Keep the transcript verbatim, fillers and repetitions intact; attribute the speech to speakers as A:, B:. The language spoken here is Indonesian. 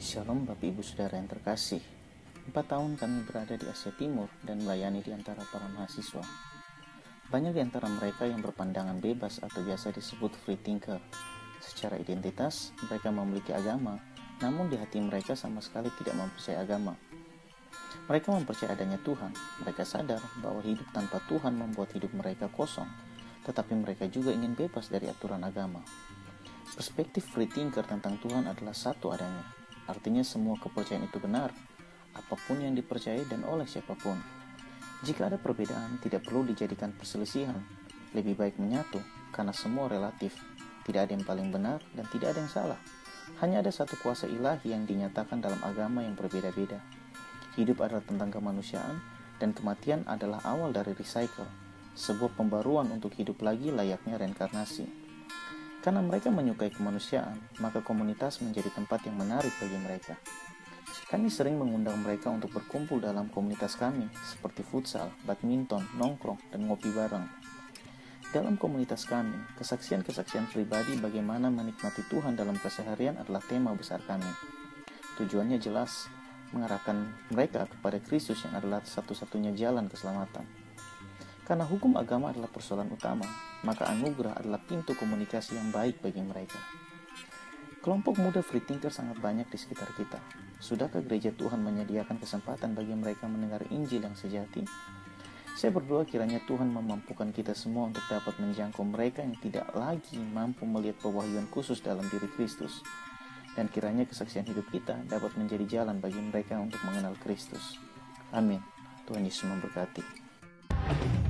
A: Shalom Bapak Ibu Saudara yang terkasih. Empat tahun kami berada di Asia Timur dan melayani di antara para mahasiswa. Banyak di antara mereka yang berpandangan bebas atau biasa disebut free thinker. Secara identitas, mereka memiliki agama, namun di hati mereka sama sekali tidak mempercayai agama. Mereka mempercayai adanya Tuhan. Mereka sadar bahwa hidup tanpa Tuhan membuat hidup mereka kosong, tetapi mereka juga ingin bebas dari aturan agama. Perspektif free thinker tentang Tuhan adalah satu adanya. Artinya semua kepercayaan itu benar, apapun yang dipercayai dan oleh siapapun. Jika ada perbedaan, tidak perlu dijadikan perselisihan. Lebih baik menyatu, karena semua relatif. Tidak ada yang paling benar dan tidak ada yang salah. Hanya ada satu kuasa ilahi yang dinyatakan dalam agama yang berbeda-beda. Hidup adalah tentang kemanusiaan, dan kematian adalah awal dari recycle, sebuah pembaruan untuk hidup lagi layaknya reinkarnasi. Karena mereka menyukai kemanusiaan, maka komunitas menjadi tempat yang menarik bagi mereka. Kami sering mengundang mereka untuk berkumpul dalam komunitas kami, seperti futsal, badminton, nongkrong, dan ngopi bareng. Dalam komunitas kami, kesaksian-kesaksian pribadi bagaimana menikmati Tuhan dalam keseharian adalah tema besar kami. Tujuannya jelas, mengarahkan mereka kepada Kristus yang adalah satu-satunya jalan keselamatan. Karena hukum agama adalah persoalan utama, maka anugerah adalah pintu komunikasi yang baik bagi mereka. Kelompok muda free thinker sangat banyak di sekitar kita. Sudahkah gereja Tuhan menyediakan kesempatan bagi mereka mendengar Injil yang sejati? Saya berdoa kiranya Tuhan memampukan kita semua untuk dapat menjangkau mereka yang tidak lagi mampu melihat pewahyuan khusus dalam diri Kristus. Dan kiranya kesaksian hidup kita dapat menjadi jalan bagi mereka untuk mengenal Kristus. Amin. Tuhan Yesus memberkati.